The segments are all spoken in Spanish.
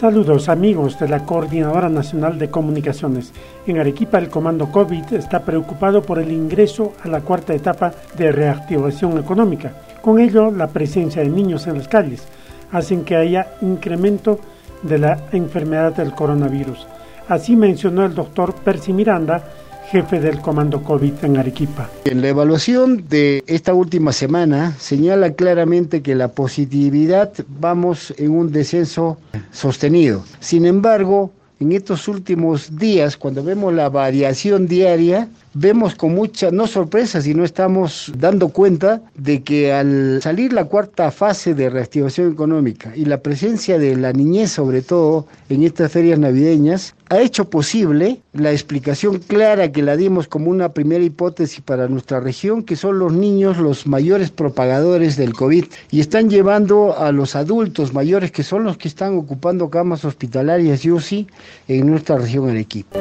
Saludos amigos de la Coordinadora Nacional de Comunicaciones. En Arequipa el Comando COVID está preocupado por el ingreso a la cuarta etapa de reactivación económica. Con ello, la presencia de niños en las calles hacen que haya incremento de la enfermedad del coronavirus. Así mencionó el doctor Percy Miranda, jefe del Comando COVID en Arequipa. En la evaluación de esta última semana señala claramente que la positividad vamos en un descenso sostenido. Sin embargo, en estos últimos días, cuando vemos la variación diaria, vemos con mucha, no sorpresa, sino estamos dando cuenta de que al salir la cuarta fase de reactivación económica y la presencia de la niñez, sobre todo en estas ferias navideñas, ha hecho posible la explicación clara que la dimos como una primera hipótesis para nuestra región, que son los niños los mayores propagadores del COVID y están llevando a los adultos mayores, que son los que están ocupando camas hospitalarias y UCI en nuestra región Arequipa.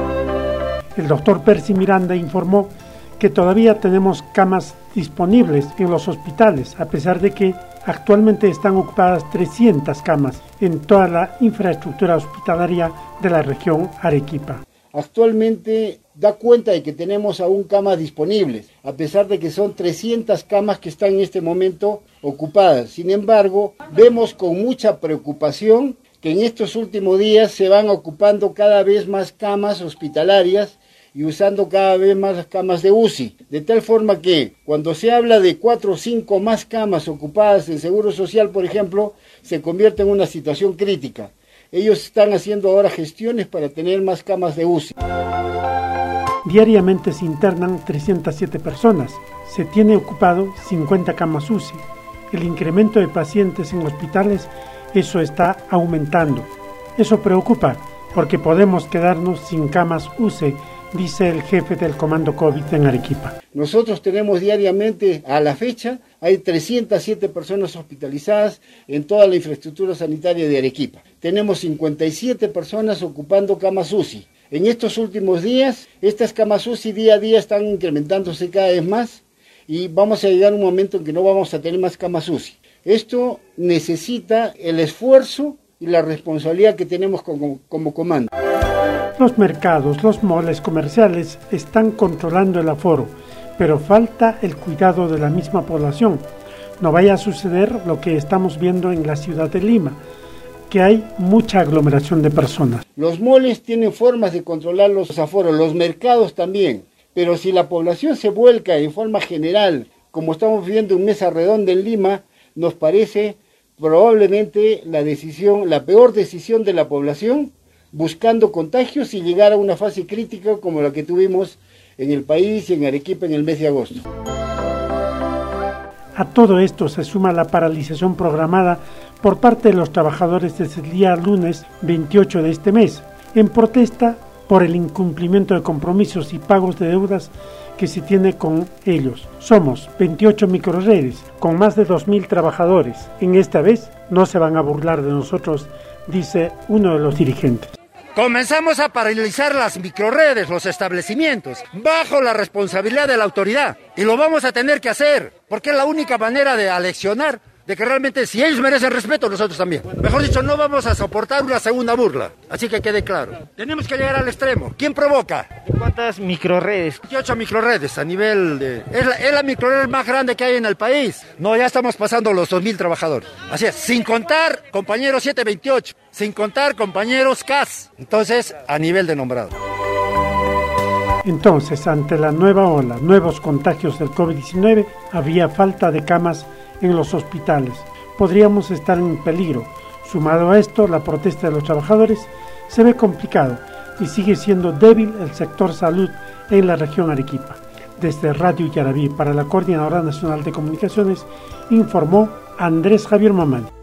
El doctor Percy Miranda informó que todavía tenemos camas disponibles en los hospitales, a pesar de que actualmente están ocupadas 300 camas en toda la infraestructura hospitalaria de la región Arequipa. Actualmente da cuenta de que tenemos aún camas disponibles, a pesar de que son 300 camas que están en este momento ocupadas. Sin embargo, vemos con mucha preocupación que en estos últimos días se van ocupando cada vez más camas hospitalarias y usando cada vez más las camas de UCI, de tal forma que cuando se habla de 4 o 5 más camas ocupadas en Seguro Social, por ejemplo, se convierte en una situación crítica. Ellos están haciendo ahora gestiones para tener más camas de UCI. Diariamente se internan 307 personas, se tiene ocupado 50 camas UCI. El incremento de pacientes en hospitales, eso está aumentando. Eso preocupa, porque podemos quedarnos sin camas UCI, dice el jefe del Comando COVID en Arequipa. Nosotros tenemos diariamente, a la fecha, hay 307 personas hospitalizadas en toda la infraestructura sanitaria de Arequipa. Tenemos 57 personas ocupando camas UCI. En estos últimos días, estas camas UCI día a día están incrementándose cada vez más y vamos a llegar a un momento en que no vamos a tener más camas UCI. Esto necesita el esfuerzo y la responsabilidad que tenemos como comando. Los mercados, los moles comerciales están controlando el aforo, pero falta el cuidado de la misma población. No vaya a suceder lo que estamos viendo en la ciudad de Lima, que hay mucha aglomeración de personas. Los moles tienen formas de controlar los aforos, los mercados también, pero si la población se vuelca en forma general, como estamos viendo en Mesa Redonda en Lima, nos parece probablemente la peor decisión de la población, buscando contagios y llegar a una fase crítica como la que tuvimos en el país y en Arequipa en el mes de agosto. A todo esto se suma la paralización programada por parte de los trabajadores desde el día lunes 28 de este mes, en protesta por el incumplimiento de compromisos y pagos de deudas que se tiene con ellos. Somos 28 microredes con más de 2.000 trabajadores. En esta vez no se van a burlar de nosotros, dice uno de los dirigentes. Comenzamos a paralizar las microredes, los establecimientos, bajo la responsabilidad de la autoridad. Y lo vamos a tener que hacer, porque es la única manera de aleccionar de que realmente si ellos merecen respeto, nosotros también. Mejor dicho, no vamos a soportar una segunda burla. Así que quede claro. Tenemos que llegar al extremo. ¿Quién provoca? ¿Cuántas microredes? 28 microredes a nivel de... Es la microred más grande que hay en el país. No, ya estamos pasando los 2.000 trabajadores. Así es, sin contar compañeros 728, sin contar compañeros CAS. Entonces, a nivel de nombrado. Entonces, ante la nueva ola, nuevos contagios del COVID-19, había falta de camas en los hospitales. Podríamos estar en peligro. Sumado a esto, la protesta de los trabajadores se ve complicado y sigue siendo débil el sector salud en la región Arequipa. Desde Radio Yaraví para la Coordinadora Nacional de Comunicaciones, informó Andrés Javier Mamani.